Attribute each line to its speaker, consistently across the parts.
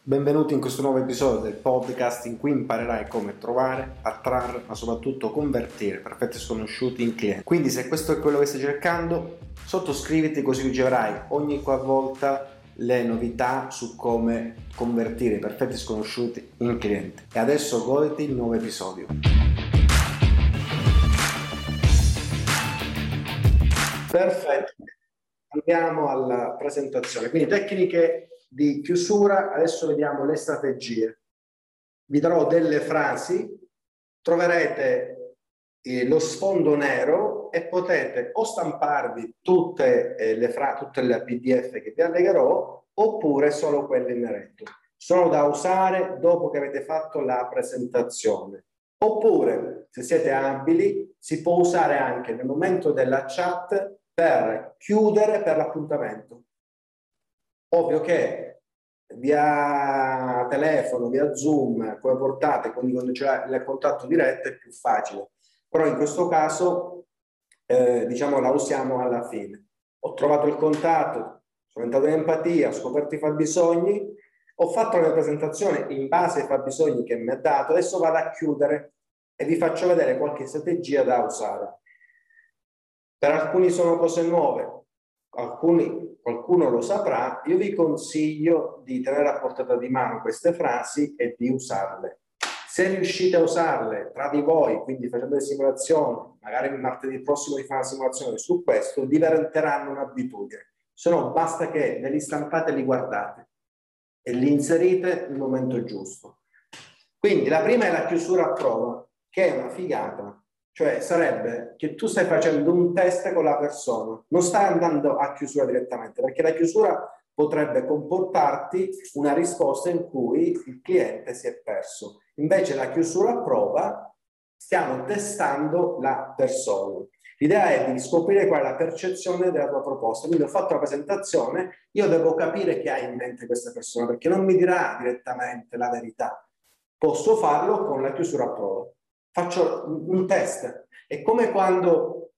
Speaker 1: Benvenuti in questo nuovo episodio del podcast in cui imparerai come trovare, attrarre, ma soprattutto convertire perfetti sconosciuti in clienti. Quindi se questo è quello che stai cercando, sottoscriviti così riceverai ogni qualvolta le novità su come convertire i perfetti sconosciuti in clienti. E adesso goditi il nuovo episodio. Perfetto, andiamo alla presentazione. Quindi tecniche di chiusura, adesso vediamo le strategie. Vi darò delle frasi, troverete lo sfondo nero e potete o stamparvi tutte le PDF che vi allegherò oppure solo quelle in neretto. Sono da usare dopo che avete fatto la presentazione. Oppure, se siete abili, si può usare anche nel momento della chat per chiudere per l'appuntamento. Ovvio che via telefono, via Zoom, come portate, quindi quando c'è il contatto diretto è più facile. Però in questo caso, diciamo, la usiamo alla fine. Ho trovato il contatto, sono entrato in empatia, ho scoperto i fabbisogni, ho fatto la mia presentazione in base ai fabbisogni che mi ha dato, adesso vado a chiudere e vi faccio vedere qualche strategia da usare. Per alcuni sono cose nuove, qualcuno lo saprà, io vi consiglio di tenere a portata di mano queste frasi e di usarle. Se riuscite a usarle tra di voi, quindi facendo le simulazioni, magari martedì prossimo vi fare una simulazione su questo, diventeranno un'abitudine. Se no basta che ve li stampate e li guardate e li inserite nel momento giusto. Quindi la prima è la chiusura a prova, che è una figata. Cioè sarebbe che tu stai facendo un test con la persona, non stai andando a chiusura direttamente, perché la chiusura potrebbe comportarti una risposta in cui il cliente si è perso. Invece la chiusura a prova stiamo testando la persona. L'idea è di scoprire qual è la percezione della tua proposta. Quindi ho fatto la presentazione, io devo capire che ha in mente questa persona, perché non mi dirà direttamente la verità. Posso farlo con la chiusura a prova. Faccio un test. È come quando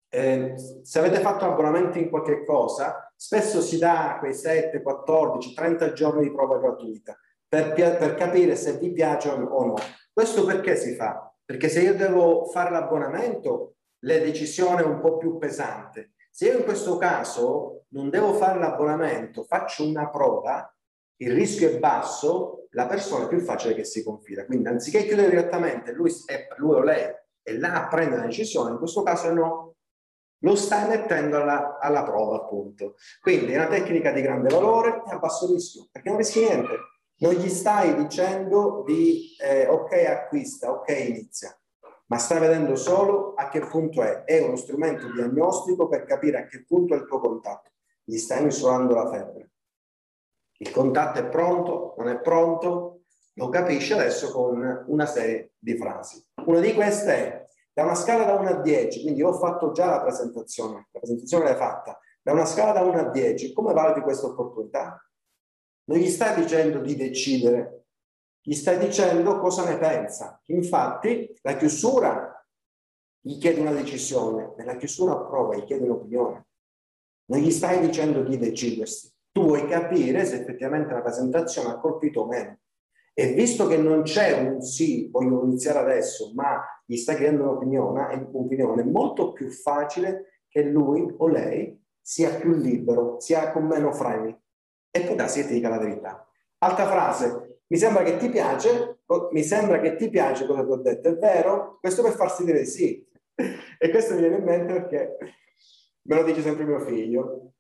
Speaker 1: se avete fatto abbonamento in qualche cosa, spesso si dà quei 7, 14, 30 giorni di prova gratuita per capire se vi piace o no. Questo perché si fa? Perché se io devo fare l'abbonamento, la decisione è un po' più pesante. Se io in questo caso non devo fare l'abbonamento, faccio una prova, il rischio è basso, la persona è più facile che si confida. Quindi anziché chiudere direttamente lui o lei è là a prendere la decisione, in questo caso no, lo stai mettendo alla prova, appunto. Quindi è una tecnica di grande valore e a basso rischio, perché non rischi niente. Non gli stai dicendo di ok acquista, ok inizia, ma stai vedendo solo a che punto è. È uno strumento diagnostico per capire a che punto è il tuo contatto. Gli stai misurando la febbre. Il contatto è pronto, non è pronto, lo capisci adesso con una serie di frasi. Una di queste è da una scala da 1 a 10, quindi io ho fatto già la presentazione l'hai fatta, da una scala da 1 a 10, come valuti questa opportunità? Non gli stai dicendo di decidere, gli stai dicendo cosa ne pensa. Infatti la chiusura gli chiede una decisione, nella chiusura a prova gli chiede un'opinione. Non gli stai dicendo di decidersi. Tu vuoi capire se effettivamente la presentazione ha colpito o meno. E visto che non c'è un sì, voglio iniziare adesso, ma gli stai chiedendo un'opinione, è molto più facile che lui o lei sia più libero, sia con meno freni. E poi da sé ti dica la verità. Altra frase, mi sembra che ti piace cosa ti ho detto, è vero? Questo per farsi dire sì. E questo mi viene in mente perché me lo dice sempre mio figlio.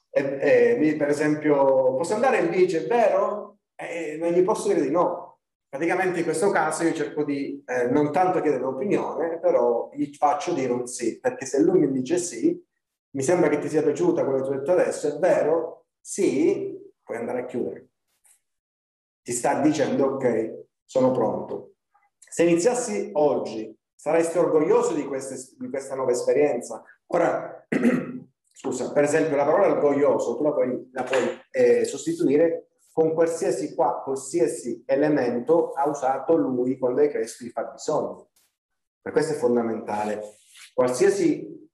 Speaker 1: Per esempio, posso andare in bici, è vero? Non gli posso dire di no. Praticamente in questo caso io cerco di non tanto chiedere l'opinione, però gli faccio dire un sì, perché se lui mi dice sì, mi sembra che ti sia piaciuta quello che ti ho detto adesso, è vero? Sì, puoi andare a chiudere. Ti sta dicendo ok, sono pronto. Se iniziassi oggi, saresti orgoglioso di questa nuova esperienza? Ora, scusa, per esempio la parola orgoglioso tu la puoi sostituire con qualsiasi elemento ha usato lui quando hai chiesto di far bisogno. Per questo è fondamentale. Qualsiasi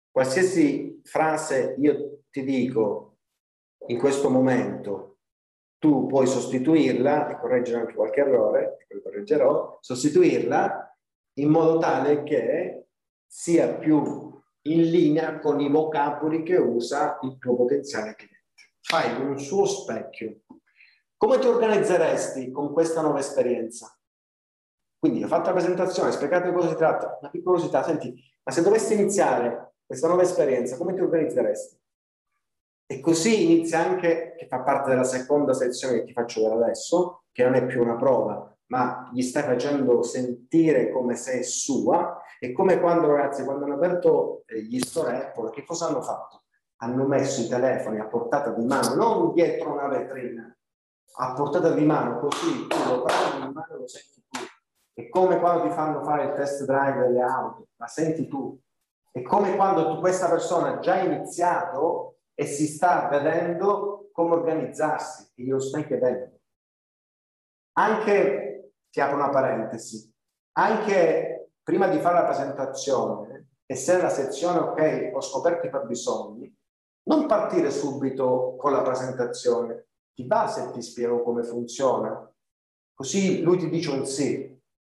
Speaker 1: frase io ti dico in questo momento tu puoi sostituirla e correggere anche qualche errore, che poi correggerò, sostituirla in modo tale che sia più in linea con i vocaboli che usa il tuo potenziale cliente. Fai un suo specchio. Come ti organizzeresti con questa nuova esperienza? Quindi ho fatto la presentazione, spiegato di cosa si tratta, una piccola curiosità, senti, ma se dovessi iniziare questa nuova esperienza, come ti organizzeresti? E così inizia anche, che fa parte della seconda sezione che ti faccio vedere adesso, che non è più una prova, ma gli stai facendo sentire come se è sua, e come quando, ragazzi, quando hanno aperto gli store Apple, che cosa hanno fatto? Hanno messo i telefoni a portata di mano, non dietro una vetrina, a portata di mano, così tu lo prendi in mano e lo senti tu. È come quando ti fanno fare il test drive delle auto, la senti tu. È come quando questa persona ha già iniziato e si sta vedendo come organizzarsi, e io lo stai chiedendo. Anche, ti apro una parentesi, anche prima di fare la presentazione, e se nella sezione ok, ho scoperto i fabbisogni, non partire subito con la presentazione, ti va se ti spiego come funziona, così lui ti dice un sì.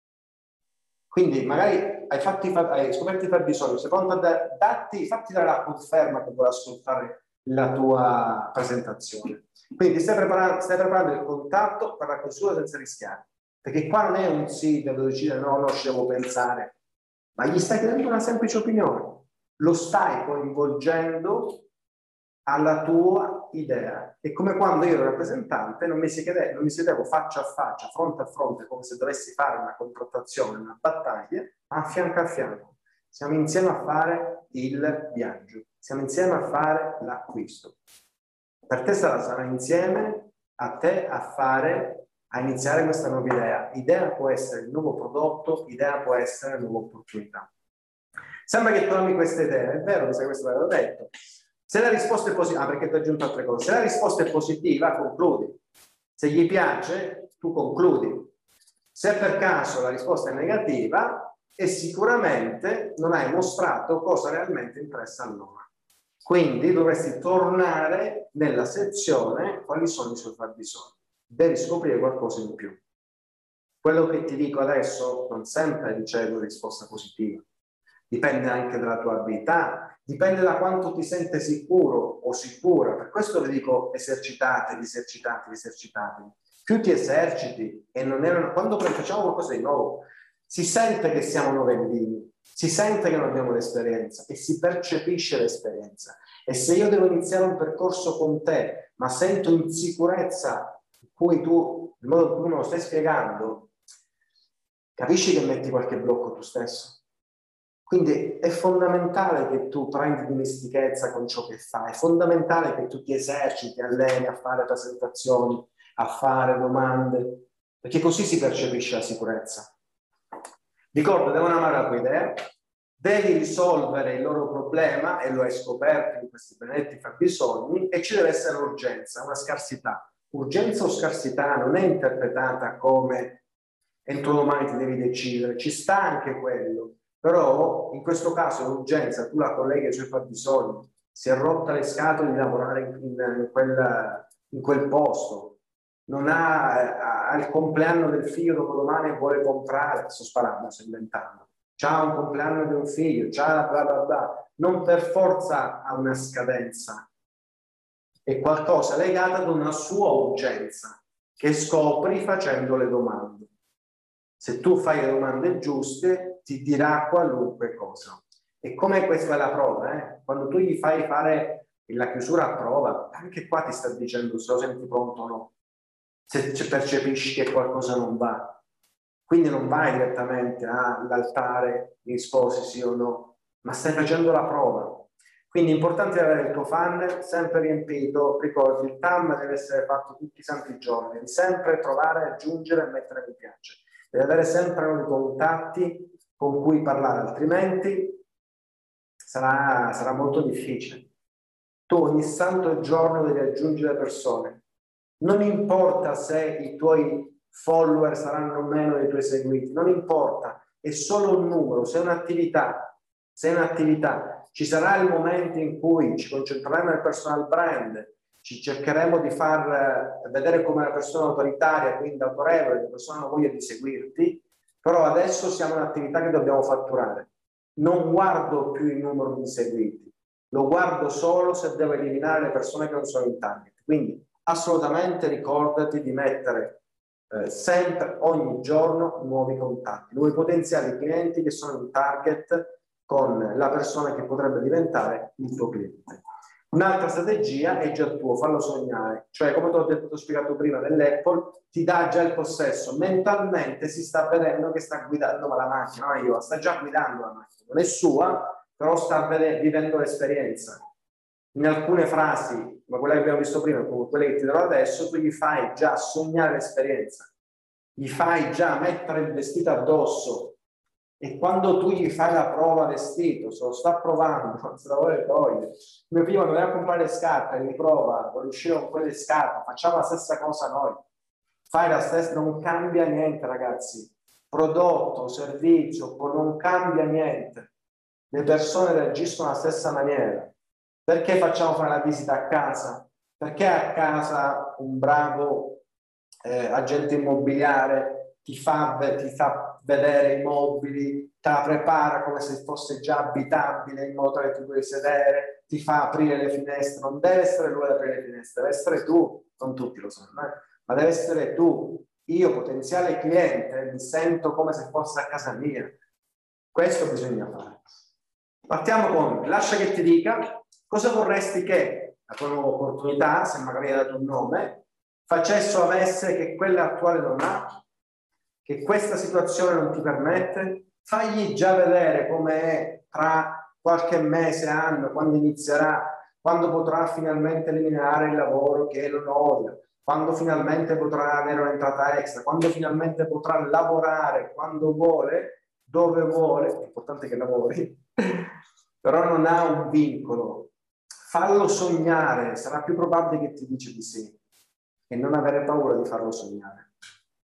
Speaker 1: Quindi magari hai scoperto i fabbisogni, sei pronto fatti dare la conferma che vuoi ascoltare la tua presentazione. Quindi stai preparando il contatto per la chiusura senza rischiare, perché qua non è un sì dove decidere no, ci devo pensare, ma gli stai chiedendo una semplice opinione, lo stai coinvolgendo alla tua idea. È come quando io ero rappresentante, non mi sedevo faccia a faccia, fronte a fronte, come se dovessi fare una confrontazione, una battaglia, ma a fianco. Siamo insieme a fare il viaggio, siamo insieme a fare l'acquisto. Per te sarà insieme a te a iniziare questa nuova idea. Idea può essere il nuovo prodotto, idea può essere una nuova opportunità. Sembra che tu ami questa idea, è vero, se questo l'avevo detto. Se la risposta è positiva, perché ti ho aggiunto altre cose, se la risposta è positiva, concludi. Se gli piace, tu concludi. Se per caso la risposta è negativa, e sicuramente non hai mostrato cosa realmente interessa a loro. Quindi dovresti tornare nella sezione quali sono i suoi fabbisogni. Devi scoprire qualcosa in più. Quello che ti dico adesso non sempre ricevo risposta positiva. Dipende anche dalla tua abilità, dipende da quanto ti sente sicuro o sicura. Per questo vi dico esercitatevi. Più ti eserciti e quando facciamo qualcosa di nuovo, si sente che siamo novellini, si sente che non abbiamo l'esperienza e si percepisce l'esperienza. E se io devo iniziare un percorso con te, ma sento insicurezza in cui tu, il modo in cui me lo stai spiegando, capisci che metti qualche blocco tu stesso. Quindi è fondamentale che tu prendi dimestichezza con ciò che fai, è fondamentale che tu ti eserciti, alleni a fare presentazioni, a fare domande, perché così si percepisce la sicurezza. Ricorda, devono amare la tua idea, devi risolvere il loro problema, e lo hai scoperto in questi benedetti fabbisogni, e ci deve essere un'urgenza, una scarsità. Urgenza o scarsità non è interpretata come entro domani ti devi decidere, ci sta anche quello. Però in questo caso l'urgenza tu la colleghi ai suoi fabbisogni, si è rotta le scatole di lavorare in quel posto, non ha il compleanno del figlio dopodomani e vuole comprare, sto sparando, sto inventando, c'ha un compleanno di un figlio, c'ha bla bla bla, non per forza ha una scadenza, è qualcosa legato ad una sua urgenza che scopri facendo le domande. Se tu fai le domande giuste, ti dirà qualunque cosa. E come questa è la prova, quando tu gli fai fare la chiusura a prova, anche qua ti sta dicendo se lo senti pronto o no, se percepisci che qualcosa non va. Quindi non vai direttamente all'altare, mi sposi sì o no, ma stai facendo la prova. Quindi è importante avere il tuo funnel sempre riempito. Ricordi, il TAM deve essere fatto tutti i santi giorni, devi sempre provare, aggiungere e mettere mi piace. Devi avere sempre nuovi contatti con cui parlare, altrimenti sarà molto difficile. Tu ogni santo giorno devi aggiungere persone. Non importa se i tuoi follower saranno o meno dei tuoi seguiti, non importa, è solo un numero, sei un'attività. Ci sarà il momento in cui ci concentreremo nel personal brand ci cercheremo di far vedere come una persona autoritaria, quindi autorevole, la persona non voglia di seguirti, però adesso siamo in un'attività che dobbiamo fatturare. Non guardo più il numero di seguiti, lo guardo solo se devo eliminare le persone che non sono in target. Quindi assolutamente ricordati di mettere sempre, ogni giorno, nuovi contatti, nuovi potenziali clienti che sono in target con la persona che potrebbe diventare il tuo cliente. Un'altra strategia è già tuo, fallo sognare, cioè come ti ho spiegato prima dell'Apple, ti dà già il possesso, mentalmente si sta vedendo che sta guidando la macchina, no? Sta già guidando la macchina, non è sua, però sta vivendo l'esperienza. In alcune frasi, ma quelle che abbiamo visto prima, come quelle che ti darò adesso, tu gli fai già sognare l'esperienza, gli fai già mettere il vestito addosso, e quando tu gli fai la prova vestito, se lo sta provando, non se la vuole togliere. Mio figlio quando va a comprare le scarpe, li prova, vuole uscire con quelle scarpe, facciamo la stessa cosa noi. Fai la stessa, non cambia niente, ragazzi. Prodotto, servizio, non cambia niente. Le persone reagiscono alla stessa maniera. Perché facciamo fare la visita a casa? Perché a casa un bravo agente immobiliare ti fa vedere i mobili, te la prepara come se fosse già abitabile in modo che tu puoi sedere, ti fa aprire le finestre. Non deve essere lui ad aprire le finestre, deve essere tu, non tutti lo sanno, ma deve essere tu. Io, potenziale cliente, mi sento come se fosse a casa mia. Questo bisogna fare. Partiamo con lascia che ti dica cosa vorresti che la tua nuova opportunità, se magari hai dato un nome, facesse o avesse che quella attuale non ha, che questa situazione non ti permette. Fagli già vedere come è tra qualche mese, anno, quando inizierà, quando potrà finalmente eliminare il lavoro che non odia, quando finalmente potrà avere un'entrata extra, quando finalmente potrà lavorare quando vuole, dove vuole, è importante che lavori, però non ha un vincolo. Fallo sognare, sarà più probabile che ti dice di sì e non avere paura di farlo sognare.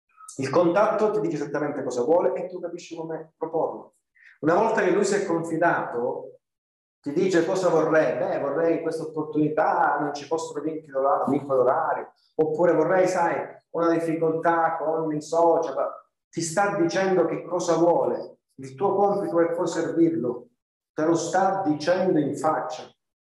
Speaker 1: Il contatto ti dice esattamente cosa vuole e tu capisci come proporlo. Una volta che lui si è confidato, ti dice cosa vorrei. Vorrei questa opportunità, non ci fossero vincoli orari, oppure vorrei, sai, una difficoltà con i social. Ti sta dicendo che cosa vuole. Il tuo compito è poi servirlo. Te lo sta dicendo in faccia.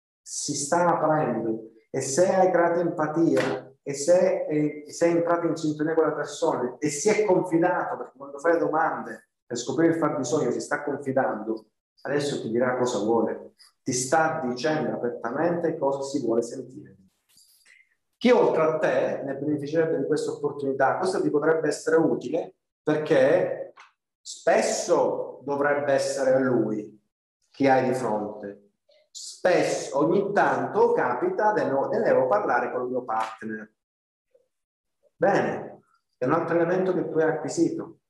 Speaker 1: Si sta aprendo. E se hai creato empatia, e se sei entrato in sintonia con le persone e si è confidato, perché quando fai le domande per scoprire il fabbisogno si sta confidando, adesso ti dirà cosa vuole, ti sta dicendo apertamente cosa si vuole sentire. Chi oltre a te ne beneficerebbe di questa opportunità? Questo ti potrebbe essere utile perché spesso dovrebbe essere a lui chi hai di fronte. Spesso, ogni tanto capita che devo parlare con il mio partner. Bene, è un altro elemento che tu hai acquisito.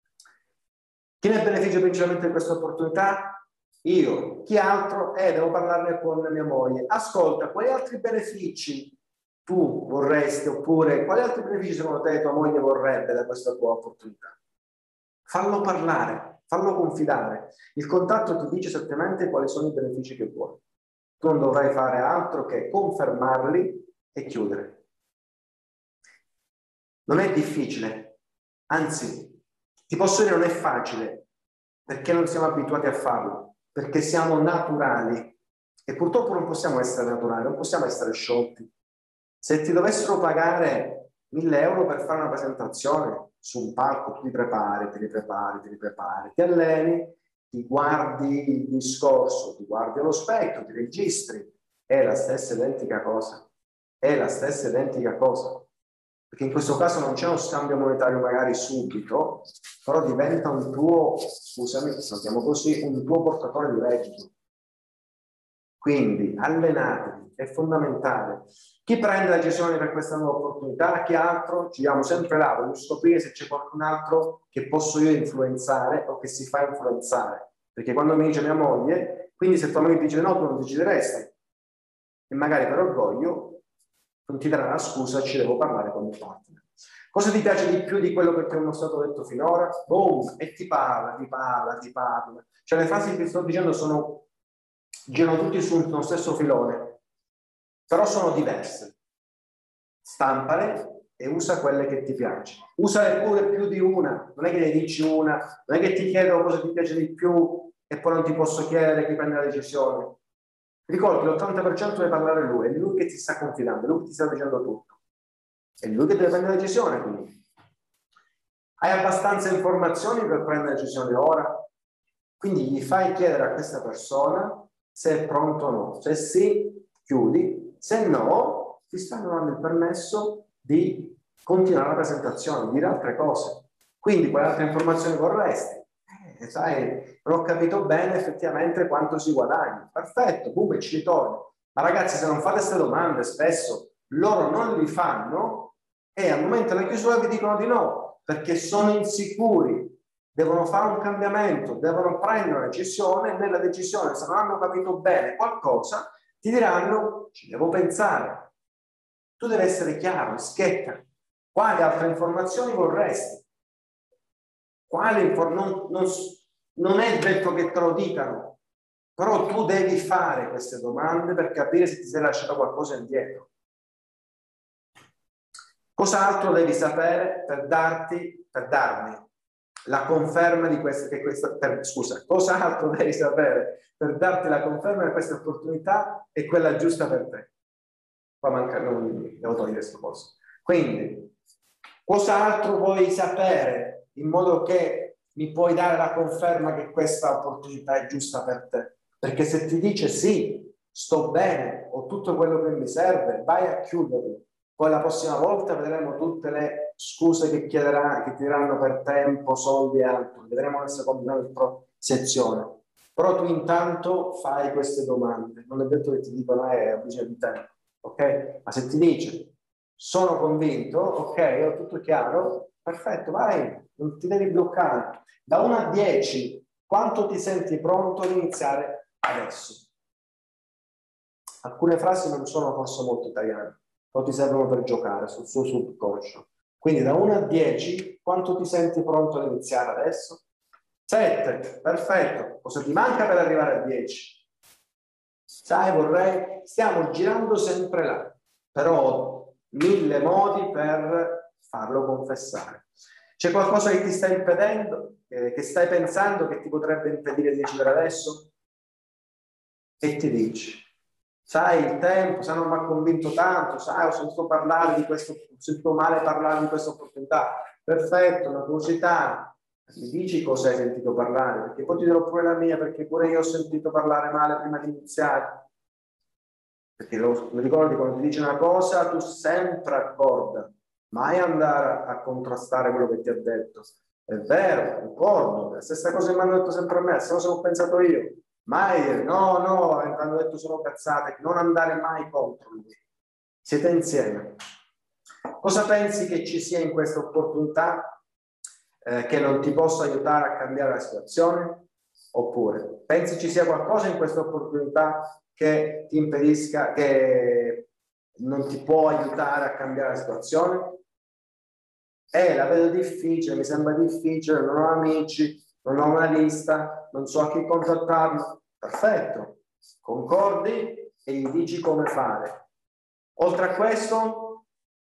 Speaker 1: Chi ne beneficia principalmente di questa opportunità? Io. Chi altro? Devo parlarne con mia moglie. Ascolta, quali altri benefici tu vorresti, oppure quali altri benefici secondo te tua moglie vorrebbe da questa tua opportunità? Fallo parlare, fallo confidare. Il contatto ti dice esattamente quali sono i benefici che vuoi. Tu non dovrai fare altro che confermarli e chiudere. Non è difficile, anzi, ti posso dire non è facile, perché non siamo abituati a farlo, perché siamo naturali e purtroppo non possiamo essere naturali, non possiamo essere sciolti. Se ti dovessero pagare 1.000 euro per fare una presentazione su un palco, tu ti prepari, ti alleni, ti guardi il discorso, ti guardi allo specchio, ti registri, è la stessa identica cosa, è la stessa identica cosa. Perché in questo caso non c'è uno scambio monetario magari subito, però diventa un tuo, scusami, lo chiamo così, un tuo portatore di reddito. Quindi allenatevi, è fondamentale. Chi prende la decisione per questa nuova opportunità? Chi altro? Ci diamo sempre là, voglio scoprire se c'è qualcun altro che posso io influenzare o che si fa influenzare. Perché quando mi dice mia moglie, quindi se tua moglie dice no, tu non decideresti. E magari per orgoglio non ti darà la scusa, ci devo parlare con il partner. Cosa ti piace di più di quello che ti ho stato detto finora? Boom! E ti parla. Cioè le frasi che sto dicendo girano tutti sullo stesso filone, però sono diverse. stampale e usa quelle che ti piace. Usale pure più di una, non è che ne dici una, non è che ti chiedo cosa ti piace di più e poi non ti posso chiedere chi prende la decisione. Ricordi, l'80% deve parlare lui, è lui che ti sta confidando, è lui che ti sta dicendo tutto. È lui che deve prendere la decisione, quindi. Hai abbastanza informazioni per prendere la decisione ora? Quindi gli fai chiedere a questa persona se è pronto o no. Se sì, chiudi. Se no, ti stanno dando il permesso di continuare la presentazione, dire altre cose. Quindi, quali altre informazioni vorresti? Sai, non ho capito bene effettivamente quanto si guadagna. Perfetto, boom, e ci ritorni. Ma ragazzi, se non fate queste domande, spesso loro non li fanno e al momento della chiusura vi dicono di no, perché sono insicuri, devono fare un cambiamento, devono prendere una decisione e nella decisione, se non hanno capito bene qualcosa, ti diranno, ci devo pensare. Tu devi essere chiaro, schietta. Quali altre informazioni vorresti? Non è detto che te lo dicano, però tu devi fare queste domande per capire se ti sei lasciato qualcosa indietro. Cos'altro devi sapere per darmi la conferma di cos'altro devi sapere per darti la conferma che questa opportunità è quella giusta per te? Qua manca, non devo togliere questo posto. Quindi, cos'altro vuoi sapere in modo che mi puoi dare la conferma che questa opportunità è giusta per te? Perché se ti dice sì, sto bene, ho tutto quello che mi serve, vai a chiuderlo. Poi la prossima volta vedremo tutte le scuse che ti diranno per tempo, soldi e altro. Vedremo nella seconda sezione. Però tu intanto fai queste domande. Non è detto che ti dicono ho bisogno di tempo. Ok? Ma se ti dice sono convinto, ok, ho tutto chiaro, perfetto, vai, non ti devi bloccare. Da 1 a 10, quanto ti senti pronto ad iniziare adesso? Alcune frasi non sono forse molto italiane, però ti servono per giocare sul suo subconscio. Quindi da 1 a 10, quanto ti senti pronto ad iniziare adesso? 7, perfetto. Cosa ti manca per arrivare a 10? Sai, stiamo girando sempre là, però 1000 modi per farlo confessare. C'è qualcosa che ti sta impedendo, che stai pensando che ti potrebbe impedire di decidere adesso? E ti dici, sai il tempo, sai non mi ha convinto tanto, sai ho sentito parlare di questo, ho sentito male parlare di questa opportunità, perfetto, una curiosità. Mi dici cosa hai sentito parlare? Perché poi ti dirò pure la mia, perché pure io ho sentito parlare male prima di iniziare. Perché mi ricordi quando ti dice una cosa, tu sempre accorda, mai andare a contrastare quello che ti ha detto. È vero, concordo, la stessa cosa che mi hanno detto sempre a me, la stessa cosa che ho pensato io. Mai dire, no, hanno detto solo cazzate, non andare mai contro lui. Siete insieme. Cosa pensi che ci sia in questa opportunità che non ti possa aiutare a cambiare la situazione? Oppure pensi ci sia qualcosa in questa opportunità che ti impedisca, che non ti può aiutare a cambiare la situazione? La vedo difficile, mi sembra difficile, non ho amici, non ho una lista, non so a chi contattarlo. Perfetto, concordi e gli dici come fare. Oltre a questo,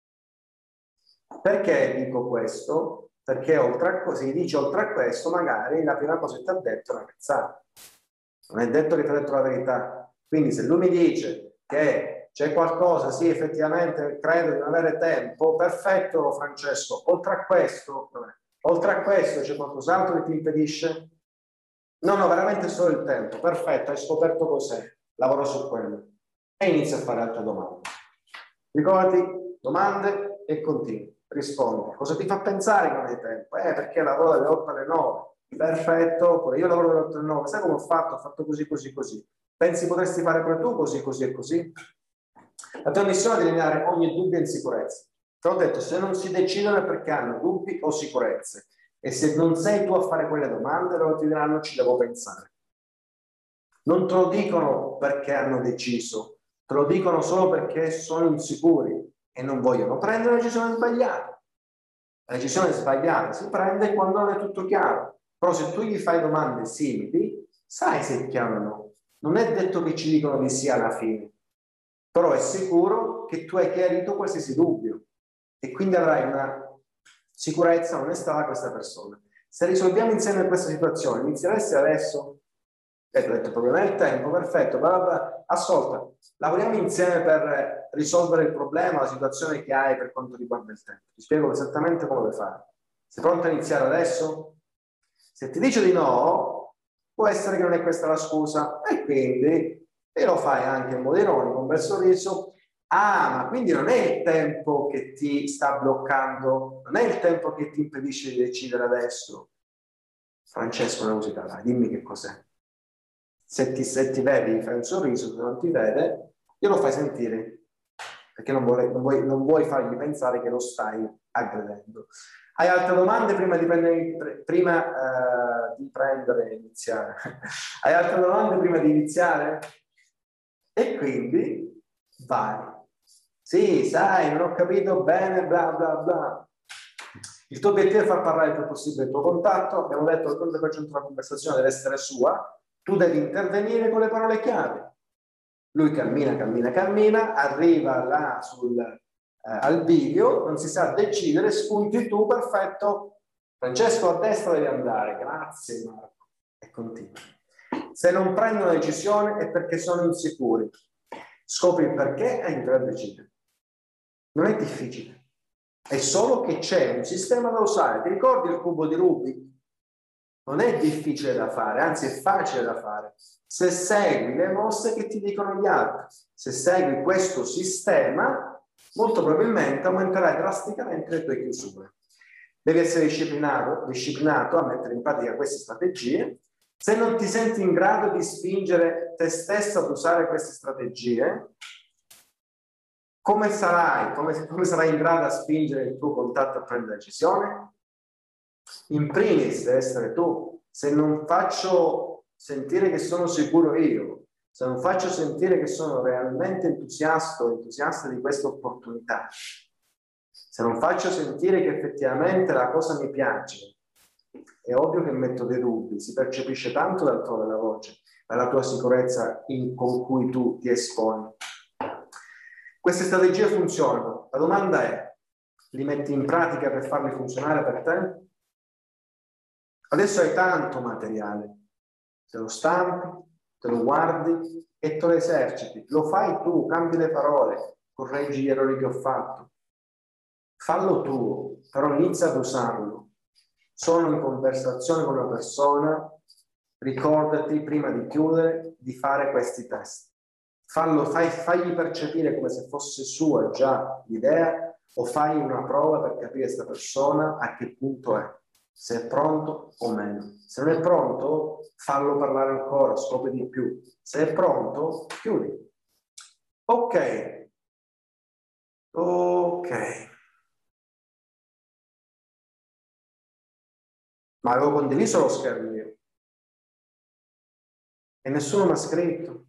Speaker 1: perché dico questo? Perché se gli dici oltre a questo, magari la prima cosa che ti ha detto è una cazzata. Non è detto che ti ha detto la verità. Quindi se lui mi dice che c'è qualcosa, sì, effettivamente credo di non avere tempo, perfetto Francesco, oltre a questo c'è qualcos'altro che ti impedisce? No, veramente solo il tempo, perfetto, hai scoperto cos'è, lavoro su quello e inizia a fare altre domande. Ricordati, domande e continui, rispondi. Cosa ti fa pensare che non hai tempo? Perché lavoro dalle 8 alle 9. Perfetto, pure io lavoro dalle 8 alle 9. Sai come ho fatto? Ho fatto così, così, così. Pensi potresti fare pure tu così, così e così? La tua missione è di eliminare ogni dubbio e insicurezza. Te l'ho detto, se non si decidono è perché hanno dubbi o sicurezze. E se non sei tu a fare quelle domande, loro ti diranno ci devo pensare. Non te lo dicono perché hanno deciso, te lo dicono solo perché sono insicuri e non vogliono prendere la decisione sbagliata. La decisione sbagliata si prende quando non è tutto chiaro. Però se tu gli fai domande simili, sai se è chiaro o no. Non è detto che ci dicono di sì alla fine. però è sicuro che tu hai chiarito qualsiasi dubbio e quindi avrai una sicurezza, onestà da questa persona. Se risolviamo insieme questa situazione, inizieresti adesso? Ti ho detto, il problema è il tempo, perfetto, bla bla bla. Ascolta, lavoriamo insieme per risolvere il problema, la situazione che hai per quanto riguarda il tempo. Ti spiego esattamente come lo fare. Sei pronto a iniziare adesso? Se ti dice di no, può essere che non è questa la scusa e quindi e lo fai anche in modo ironico, un bel sorriso. Ah, ma quindi non è il tempo che ti sta bloccando, non è il tempo che ti impedisce di decidere adesso. Francesco, la musica, dai, dimmi che cos'è. Se ti vedi, fai un sorriso, se non ti vede, glielo fai sentire, perché non vuoi fargli pensare che lo stai aggredendo. Hai altre domande prima di prendere e iniziare? Hai altre domande prima di iniziare? E quindi vai. Sì, sai, non ho capito bene, bla bla bla. Il tuo obiettivo è far parlare il più possibile il tuo contatto. Abbiamo detto che il 90% della conversazione deve essere sua. Tu devi intervenire con le parole chiave. Lui cammina, cammina, cammina, arriva là al bivio, non si sa decidere, spunti tu, perfetto. Francesco, a destra devi andare, grazie Marco. E continua. Se non prendono una decisione è perché sono insicuri. Scopri il perché e entri a decidere. Non è difficile. È solo che c'è un sistema da usare. Ti ricordi il cubo di Rubik? Non è difficile da fare, anzi è facile da fare. Se segui le mosse che ti dicono gli altri, se segui questo sistema, molto probabilmente aumenterai drasticamente le tue chiusure. Devi essere disciplinato a mettere in pratica queste strategie. Se non ti senti in grado di spingere te stesso ad usare queste strategie, come sarai in grado a spingere il tuo contatto a prendere decisione? In primis deve essere tu. Se non faccio sentire che sono sicuro io, se non faccio sentire che sono realmente entusiasta di questa opportunità, se non faccio sentire che effettivamente la cosa mi piace, è ovvio che metto dei dubbi, si percepisce tanto dal tono della voce, dalla tua sicurezza con cui tu ti esponi. Queste strategie funzionano. La domanda è, li metti in pratica per farli funzionare per te? Adesso hai tanto materiale, te lo stampi, te lo guardi e te lo eserciti. Lo fai tu, cambi le parole, correggi gli errori che ho fatto. Fallo tu, però inizia ad usarlo. Sono in conversazione con una persona, ricordati prima di chiudere di fare questi test. Fagli percepire come se fosse sua già l'idea o fai una prova per capire questa persona a che punto è. Se è pronto o meno. Se non è pronto, fallo parlare ancora, scopri di più. Se è pronto, chiudi. Ok. Ma avevo condiviso lo schermo io. E nessuno mi ha scritto.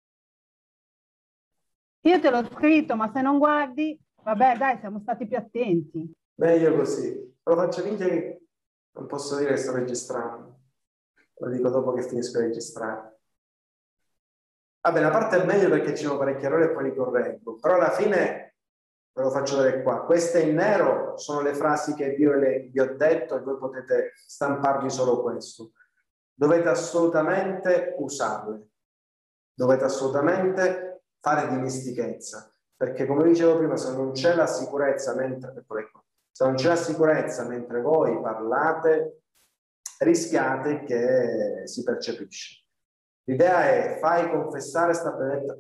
Speaker 2: Io te l'ho scritto, ma se non guardi, vabbè, dai, siamo stati più attenti.
Speaker 1: Meglio così. Però faccio finta che non posso dire che sto registrando. Lo dico dopo che finisco di registrare. Vabbè, una parte è meglio perché ci sono parecchi errori e poi li correggo. Però alla fine ve lo faccio vedere qua. Queste in nero sono le frasi che vi ho detto e voi potete stamparvi solo questo. Dovete assolutamente usarle. Dovete assolutamente fare dimestichezza. Perché come dicevo prima, se non c'è la sicurezza mentre voi parlate, rischiate che si percepisce. L'idea è fai confessare sta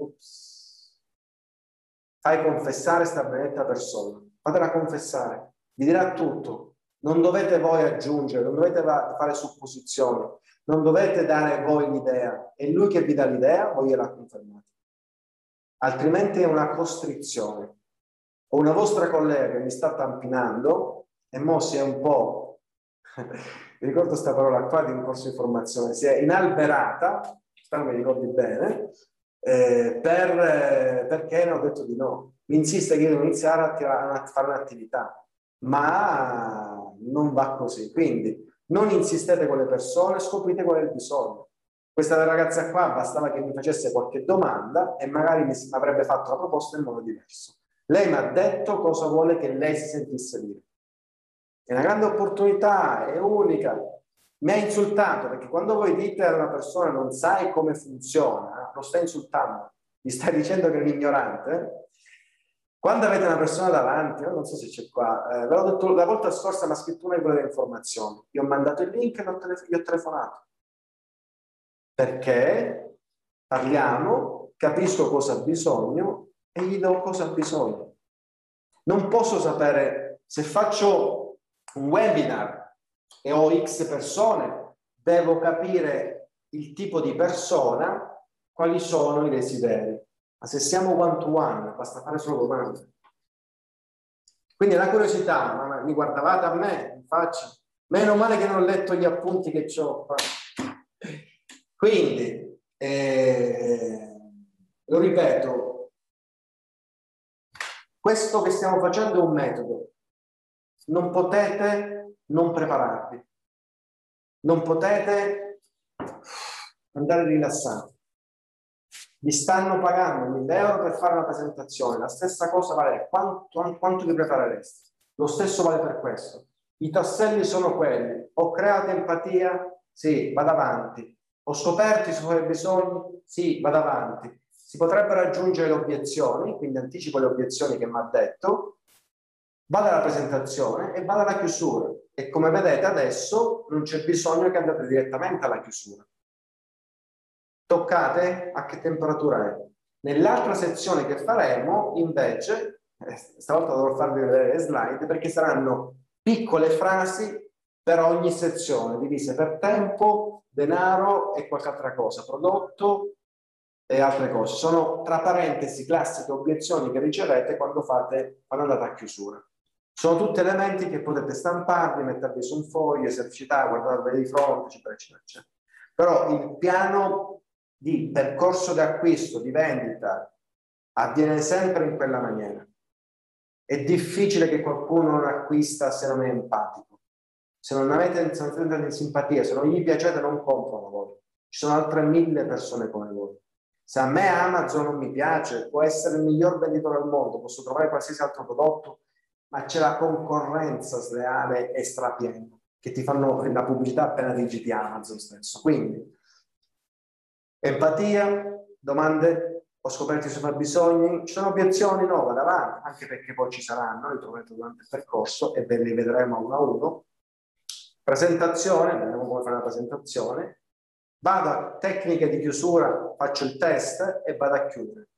Speaker 1: benedetta persona. Fatela confessare, vi dirà tutto. Non dovete voi aggiungere, non dovete fare supposizioni, non dovete dare voi l'idea. È lui che vi dà l'idea, voi gliela confermate. Altrimenti è una costrizione. Ho una vostra collega che mi sta tampinando e mo si è un po', mi ricordo questa parola qua di un corso di formazione, si è inalberata, spero mi ricordi bene, perché ne ho detto di no. Mi insiste che io devo iniziare a fare un'attività, ma non va così. Quindi non insistete con le persone, scoprite qual è il bisogno. Questa ragazza qua bastava che mi facesse qualche domanda e magari mi avrebbe fatto la proposta in modo diverso. Lei mi ha detto cosa vuole che lei si sentisse dire. È una grande opportunità, è unica. Mi ha insultato, perché quando voi dite a una persona non sai come funziona, lo stai insultando, gli stai dicendo che è un ignorante. Quando avete una persona davanti, non so se c'è qua, ve l'ho detto la volta scorsa, mi ha scritto una di quelle informazioni. Io ho mandato il link e gli ho telefonato. Perché parliamo, capisco cosa ha bisogno e gli do cosa ha bisogno. Non posso sapere, se faccio un webinar e ho X persone, devo capire il tipo di persona, quali sono i desideri. Ma se siamo one to one, basta fare solo domande. Quindi la curiosità, ma mi guardavate a me, in faccia. Meno male che non ho letto gli appunti che ho. Quindi, lo ripeto, questo che stiamo facendo è un metodo. Non potete non prepararvi. Non potete andare rilassati. Vi stanno pagando 1.000 euro per fare una presentazione. La stessa cosa vale. Quanto vi preparereste? Lo stesso vale per questo. I tasselli sono quelli. Ho creato empatia? Sì, vado avanti. Ho scoperto i suoi bisogni? Sì, vado avanti. Si potrebbero aggiungere le obiezioni, quindi anticipo le obiezioni che mi ha detto, vado alla presentazione e vado alla chiusura. E come vedete adesso non c'è bisogno che andate direttamente alla chiusura. Toccate a che temperatura è. Nell'altra sezione che faremo, invece, stavolta dovrò farvi vedere le slide, perché saranno piccole frasi per ogni sezione, divise per tempo, denaro e qualche altra cosa, prodotto e altre cose. Sono tra parentesi classiche obiezioni che ricevete quando andate a chiusura. Sono tutti elementi che potete stamparvi, mettervi su un foglio, esercitare, guardarvi di fronte, eccetera, eccetera, eccetera. Però il piano di percorso di acquisto, di vendita, avviene sempre in quella maniera. È difficile che qualcuno non acquista se non è empatico. Se non avete simpatia, se non gli piacete, non comprano voi. Ci sono altre 1.000 persone come voi. Se a me Amazon non mi piace, può essere il miglior venditore al mondo, posso trovare qualsiasi altro prodotto, ma c'è la concorrenza sleale e strapiena, che ti fanno la pubblicità appena digiti Amazon stesso. Quindi, empatia, domande, ho scoperto i suoi fabbisogni, ci sono obiezioni? No, vado avanti, anche perché poi ci saranno, li troverete durante il percorso e ve li vedremo uno a uno. Presentazione, vedremo come fare la presentazione, vado a tecniche di chiusura, faccio il test e vado a chiudere.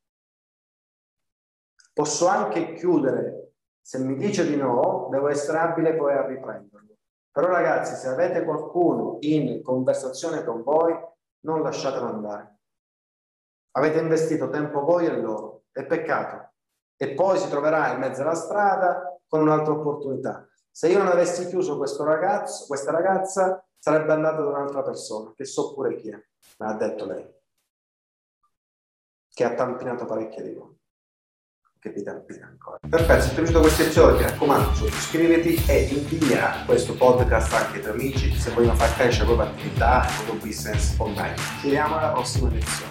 Speaker 1: Posso anche chiudere, se mi dice di no, devo essere abile poi a riprenderlo. Però ragazzi, se avete qualcuno in conversazione con voi, non lasciatelo andare. Avete investito tempo voi e loro, è peccato. E poi si troverà in mezzo alla strada con un'altra opportunità. Se io non avessi chiuso questo ragazzo, questa ragazza sarebbe andata da un'altra persona, che so pure chi è, me l'ha detto lei, che ha tampinato parecchie di voi. Che vi tampina ancora. Perfetto, se ti è piaciuto questo episodio, ti raccomando, iscriviti e invia questo podcast anche ai tuoi amici se vogliono far crescere la propria attività e il tuo business online. Ci vediamo alla prossima lezione.